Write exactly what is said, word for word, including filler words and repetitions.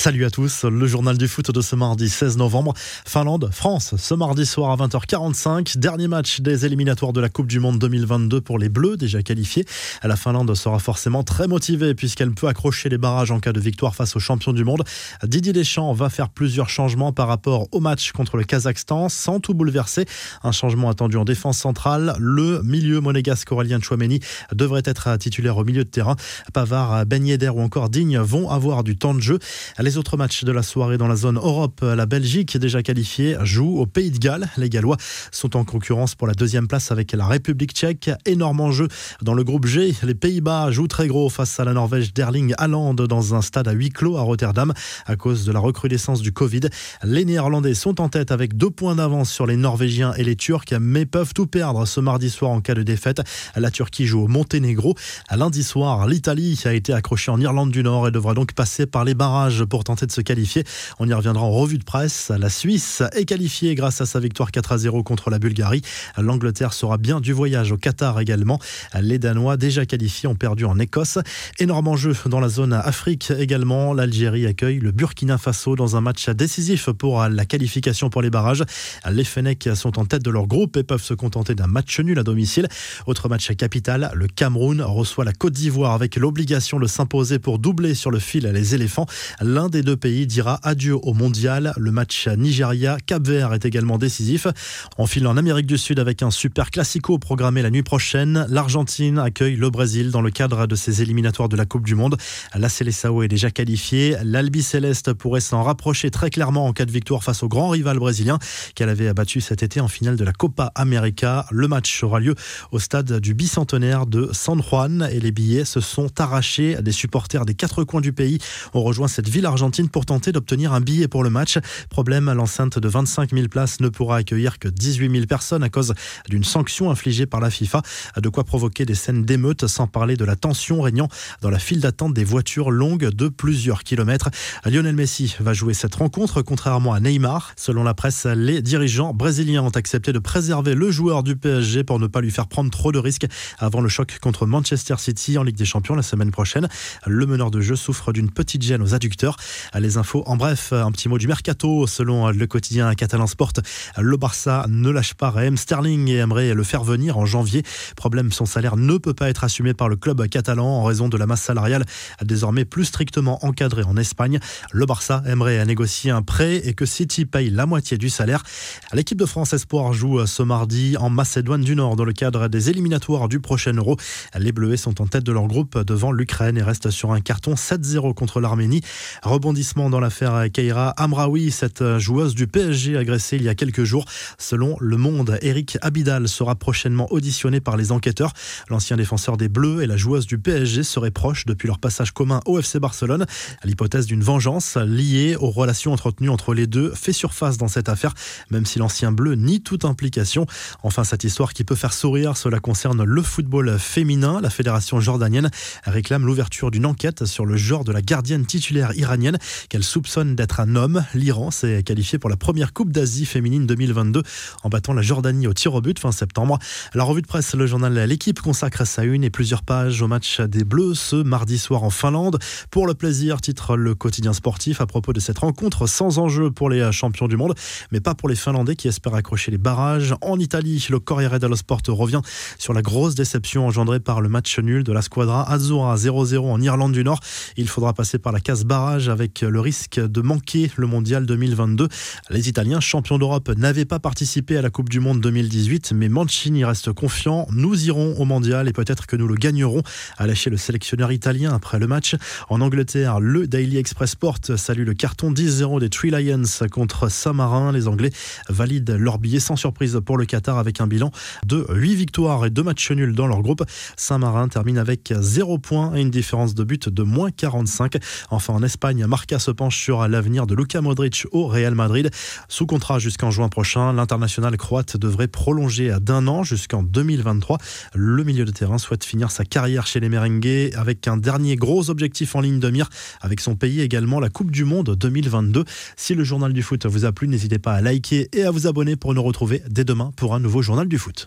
Salut à tous, le journal du foot de ce mardi seize novembre. Finlande, France, ce mardi soir à vingt heures quarante-cinq. Dernier match des éliminatoires de la Coupe du Monde deux mille vingt-deux pour les Bleus, déjà qualifiés. La Finlande sera forcément très motivée puisqu'elle peut accrocher les barrages en cas de victoire face aux champions du monde. Didier Deschamps va faire plusieurs changements par rapport au match contre le Kazakhstan sans tout bouleverser. Un changement attendu en défense centrale. Le milieu monégasque Aurélien Tchouaméni devrait être titulaire au milieu de terrain. Pavard, Ben Yedder ou encore Digne vont avoir du temps de jeu. Les autres matchs de la soirée dans la zone Europe, la Belgique, déjà qualifiée, joue au Pays de Galles. Les Gallois sont en concurrence pour la deuxième place avec la République tchèque. Énorme enjeu dans le groupe G. Les Pays-Bas jouent très gros face à la Norvège d'Erling Haaland dans un stade à huis clos à Rotterdam à cause de la recrudescence du Covid. Les Néerlandais sont en tête avec deux points d'avance sur les Norvégiens et les Turcs, mais peuvent tout perdre ce mardi soir en cas de défaite. La Turquie joue au Monténégro. Lundi soir, l'Italie a été accrochée en Irlande du Nord et devra donc passer par les barrages pour tenter de se qualifier. On y reviendra en revue de presse. La Suisse est qualifiée grâce à sa victoire quatre à zéro contre la Bulgarie. L'Angleterre sera bien du voyage au Qatar également. Les Danois, déjà qualifiés, ont perdu en Écosse. Énorme enjeu dans la zone Afrique également. L'Algérie accueille le Burkina Faso dans un match décisif pour la qualification pour les barrages. Les Fennecs sont en tête de leur groupe et peuvent se contenter d'un match nul à domicile. Autre match capital, le Cameroun reçoit la Côte d'Ivoire avec l'obligation de s'imposer pour doubler sur le fil les éléphants. L'un des deux pays dira adieu au mondial. Le match Nigeria-Cap-Vert est également décisif. On file en Amérique du Sud avec un super classico programmé la nuit prochaine. L'Argentine accueille le Brésil dans le cadre de ses éliminatoires de la Coupe du Monde. La Seleção est déjà qualifiée. L'Albi Céleste pourrait s'en rapprocher très clairement en cas de victoire face au grand rival brésilien qu'elle avait abattu cet été en finale de la Copa América. Le match aura lieu au stade du bicentenaire de San Juan et les billets se sont arrachés. Des supporters des quatre coins du pays ont rejoint cette ville argentine pour tenter d'obtenir un billet pour le match. Problème, l'enceinte de vingt-cinq mille places ne pourra accueillir que dix-huit mille personnes à cause d'une sanction infligée par la FIFA. De quoi provoquer des scènes d'émeute, sans parler de la tension régnant dans la file d'attente des voitures longues de plusieurs kilomètres. Lionel Messi va jouer cette rencontre, contrairement à Neymar. Selon la presse, les dirigeants brésiliens ont accepté de préserver le joueur du P S G pour ne pas lui faire prendre trop de risques avant le choc contre Manchester City en Ligue des Champions la semaine prochaine. Le meneur de jeu souffre d'une petite gêne aux adducteurs. Les infos en bref, un petit mot du mercato. Selon le quotidien catalan Sport, le Barça ne lâche pas Raheem Sterling et aimerait le faire venir en janvier. Problème, son salaire ne peut pas être assumé par le club catalan en raison de la masse salariale désormais plus strictement encadrée en Espagne. Le Barça aimerait négocier un prêt et que City paye la moitié du salaire. L'équipe de France Espoir joue ce mardi en Macédoine du Nord dans le cadre des éliminatoires du prochain Euro. Les Bleus sont en tête de leur groupe devant l'Ukraine et restent sur un carton sept zéro contre l'Arménie. Rebondissement dans l'affaire Keira Amraoui, cette joueuse du P S G agressée il y a quelques jours. Selon Le Monde, Eric Abidal sera prochainement auditionné par les enquêteurs. L'ancien défenseur des Bleus et la joueuse du P S G seraient proches depuis leur passage commun au F C Barcelone. L'hypothèse d'une vengeance liée aux relations entretenues entre les deux fait surface dans cette affaire, même si l'ancien Bleu nie toute implication. Enfin, cette histoire qui peut faire sourire, cela concerne le football féminin. La fédération jordanienne réclame l'ouverture d'une enquête sur le genre de la gardienne titulaire iranienne qu'elle soupçonne d'être un homme. L'Iran s'est qualifié pour la première Coupe d'Asie féminine deux mille vingt-deux en battant la Jordanie au tir au but fin septembre. La revue de presse, le journal L'Équipe consacre sa une et plusieurs pages au match des Bleus ce mardi soir en Finlande. Pour le plaisir, titre le quotidien sportif à propos de cette rencontre sans enjeu pour les champions du monde, mais pas pour les Finlandais qui espèrent accrocher les barrages. En Italie, le Corriere dello Sport revient sur la grosse déception engendrée par le match nul de la Squadra Azzurra zéro zéro en Irlande du Nord. Il faudra passer par la case barrage avec le risque de manquer le mondial deux mille vingt-deux. Les Italiens, champions d'Europe, n'avaient pas participé à la Coupe du Monde deux mille dix-huit, mais Mancini reste confiant. Nous irons au mondial et peut-être que nous le gagnerons, a lâché le sélectionneur italien après le match. En Angleterre, le Daily Express Sport salue le carton dix zéro des Three Lions contre Saint-Marin. Les Anglais valident leur billet sans surprise pour le Qatar avec un bilan de huit victoires et deux matchs nuls dans leur groupe. Saint-Marin termine avec zéro points et une différence de but de moins quarante-cinq. Enfin, en Espagne, Marca se penche sur l'avenir de Luka Modric au Real Madrid. Sous contrat jusqu'en juin prochain, l'international croate devrait prolonger d'un an jusqu'en deux mille vingt-trois. Le milieu de terrain souhaite finir sa carrière chez les Merengues avec un dernier gros objectif en ligne de mire avec son pays également, la Coupe du Monde deux mille vingt-deux. Si le journal du foot vous a plu, n'hésitez pas à liker et à vous abonner pour nous retrouver dès demain pour un nouveau journal du foot.